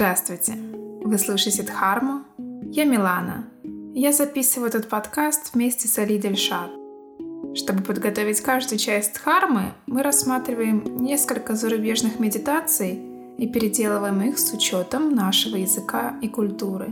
Здравствуйте! Вы слушаете Дхарму? Я Милана. Я записываю этот подкаст вместе с Али Дельшат. Чтобы подготовить каждую часть Дхармы, мы рассматриваем несколько зарубежных медитаций и переделываем их с учетом нашего языка и культуры.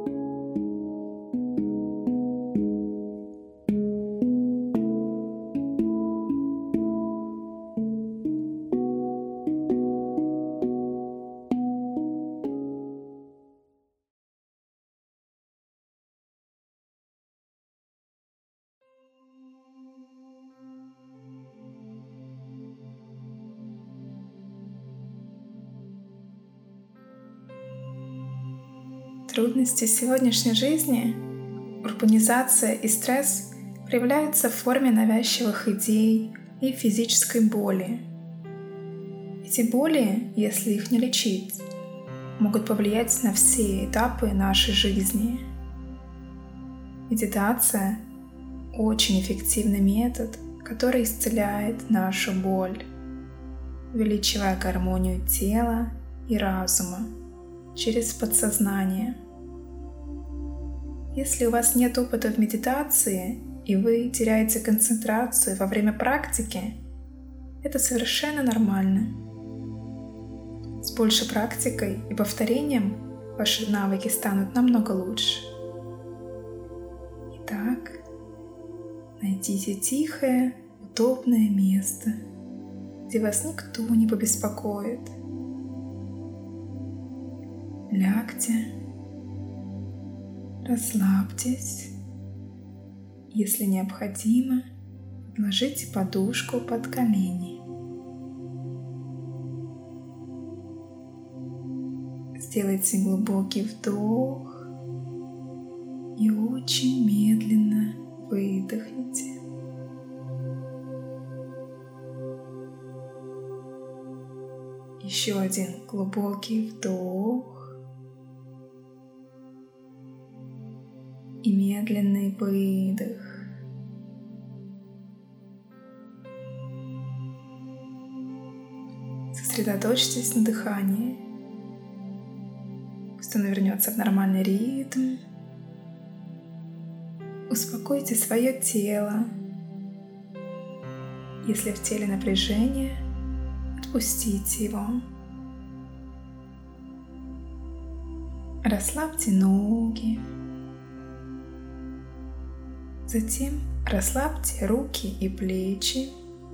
Трудности сегодняшней жизни, урбанизация и стресс проявляются в форме навязчивых идей и физической боли. Эти боли, если их не лечить, могут повлиять на все этапы нашей жизни. Медитация — очень эффективный метод, который исцеляет нашу боль, увеличивая гармонию тела и разума через подсознание. Если у вас нет опыта в медитации и вы теряете концентрацию во время практики, это совершенно нормально. С большей практикой и повторением ваши навыки станут намного лучше. Итак, найдите тихое, удобное место, где вас никто не побеспокоит. Лягте, расслабьтесь. Если необходимо, положите подушку под колени. Сделайте глубокий вдох и очень медленно выдохните. Еще один глубокий вдох и медленный выдох. Сосредоточьтесь на дыхании. Пусть оно вернется в нормальный ритм. Успокойте свое тело. Если в теле напряжение, отпустите его. Расслабьте ноги. Затем расслабьте руки и плечи.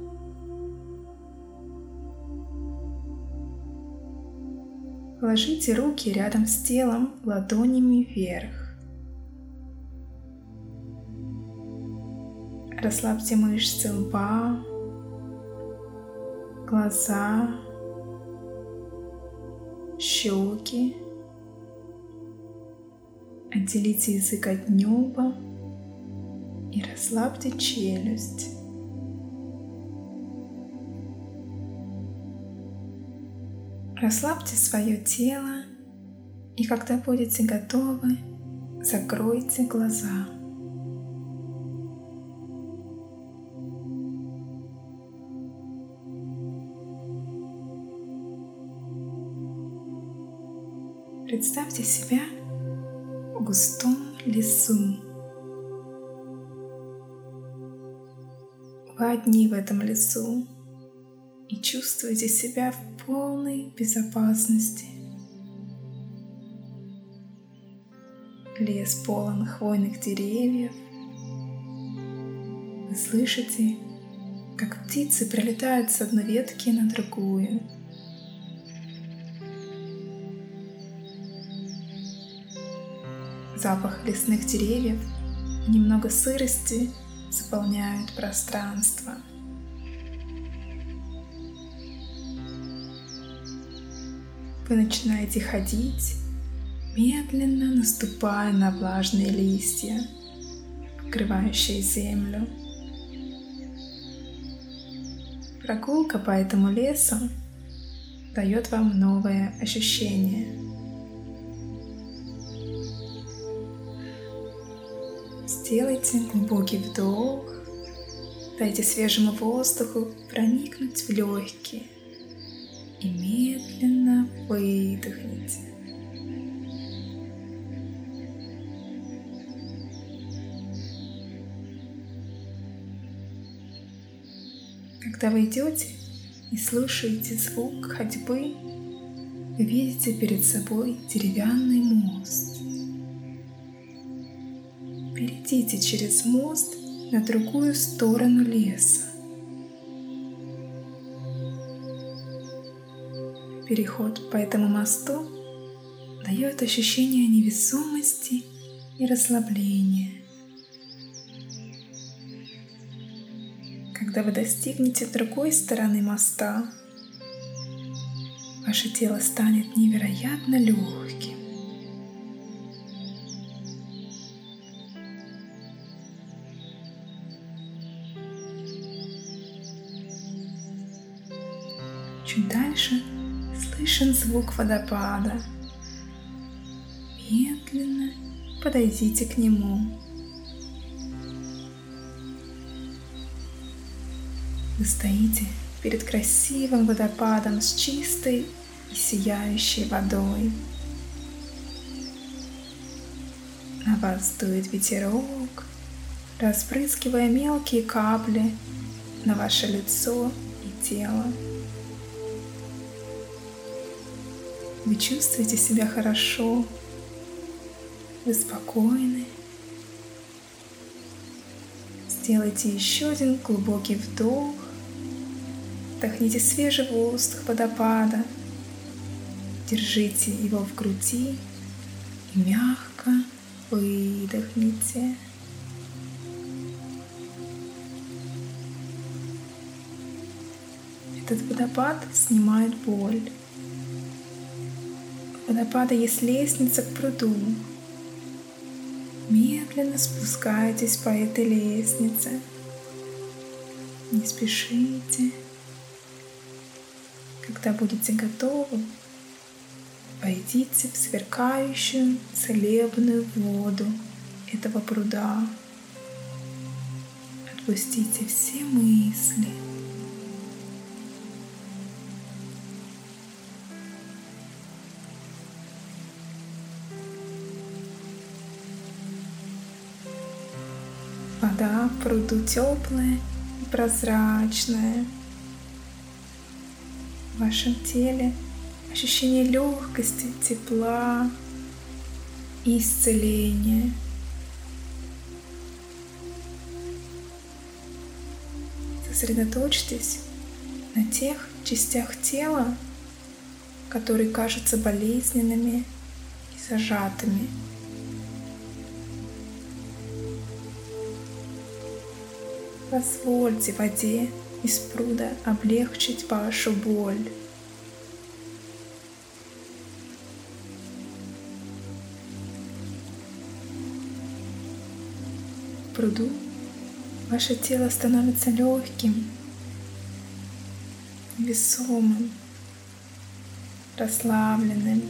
Положите руки рядом с телом ладонями вверх. Расслабьте мышцы лба, глаза, щеки. Отделите язык от неба и расслабьте челюсть. Расслабьте свое тело, и когда будете готовы, закройте глаза. Представьте себя в густом лесу. Вы одни в этом лесу и чувствуете себя в полной безопасности. Лес полон хвойных деревьев. Вы слышите, как птицы пролетают с одной ветки на другую. Запах лесных деревьев и немного сырости заполняют пространство. Вы начинаете ходить, медленно наступая на влажные листья, покрывающие землю. Прогулка по этому лесу дает вам новое ощущение. Сделайте глубокий вдох, дайте свежему воздуху проникнуть в легкие и медленно выдохните. Когда вы идете и слушаете звук ходьбы, вы видите перед собой деревянный мост. Перейдите через мост на другую сторону леса. Переход по этому мосту дает ощущение невесомости и расслабления. Когда вы достигнете другой стороны моста, ваше тело станет невероятно легким. Чуть дальше слышен звук водопада. Медленно подойдите к нему. Вы стоите перед красивым водопадом с чистой и сияющей водой. На вас дует ветерок, разбрызгивая мелкие капли на ваше лицо и тело. Вы чувствуете себя хорошо, вы спокойны. Сделайте еще один глубокий вдох. Вдохните свежий воздух водопада. Держите его в груди и мягко выдохните. Этот водопад снимает боль. У водопада есть лестница к пруду. Медленно спускайтесь по этой лестнице. Не спешите. Когда будете готовы, войдите в сверкающую целебную воду этого пруда. Отпустите все мысли. Вода в пруду теплая и прозрачная. В вашем теле ощущение легкости, тепла и исцеления. Сосредоточьтесь на тех частях тела, которые кажутся болезненными и зажатыми. Позвольте воде из пруда облегчить вашу боль. В пруду ваше тело становится легким, весомым, расслабленным.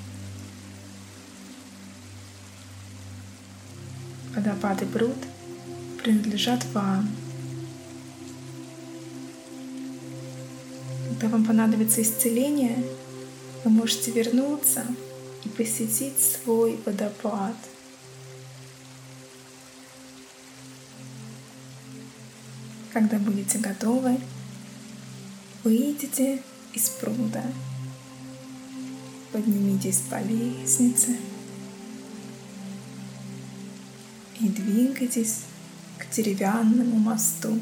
Водопад и пруд принадлежат вам. Когда вам понадобится исцеление, вы можете вернуться и посетить свой водопад. Когда будете готовы, выйдите из пруда, поднимитесь по лестнице и двигайтесь к деревянному мосту.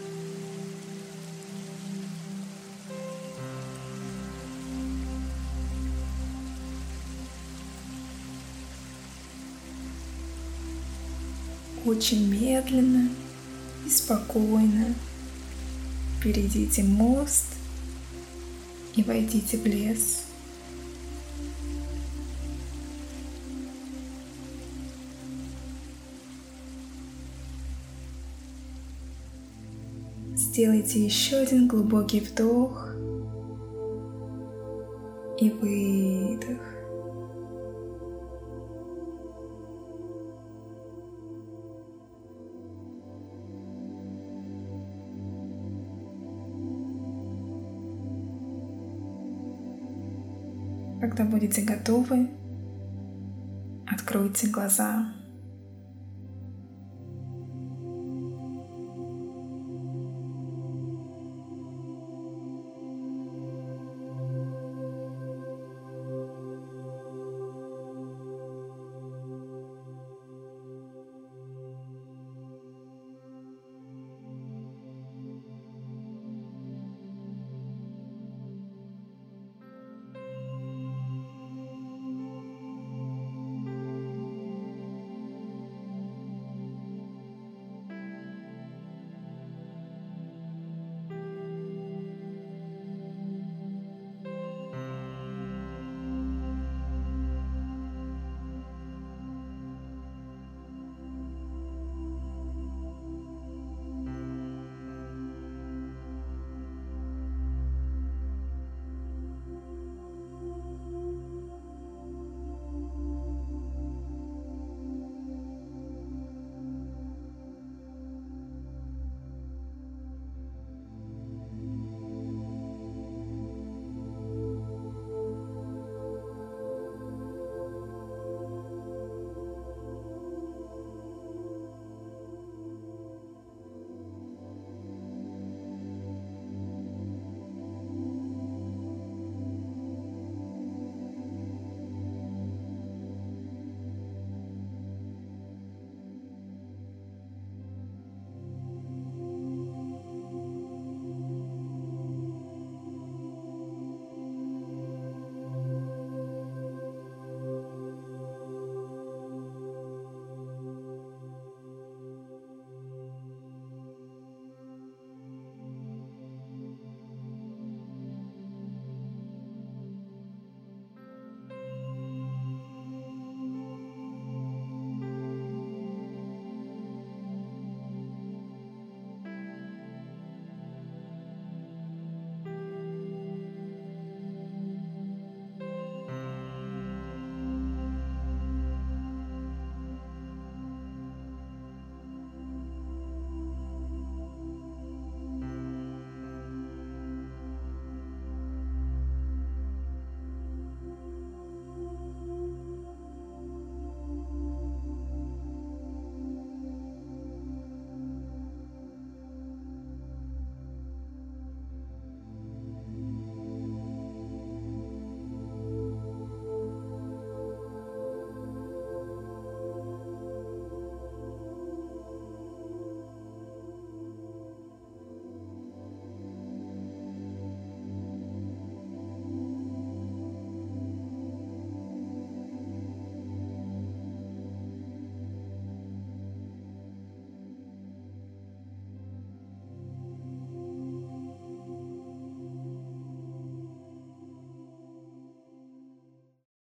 Очень медленно и спокойно перейдите мост и войдите в лес. Сделайте еще один глубокий вдох и выдох. Когда будете готовы, откройте глаза.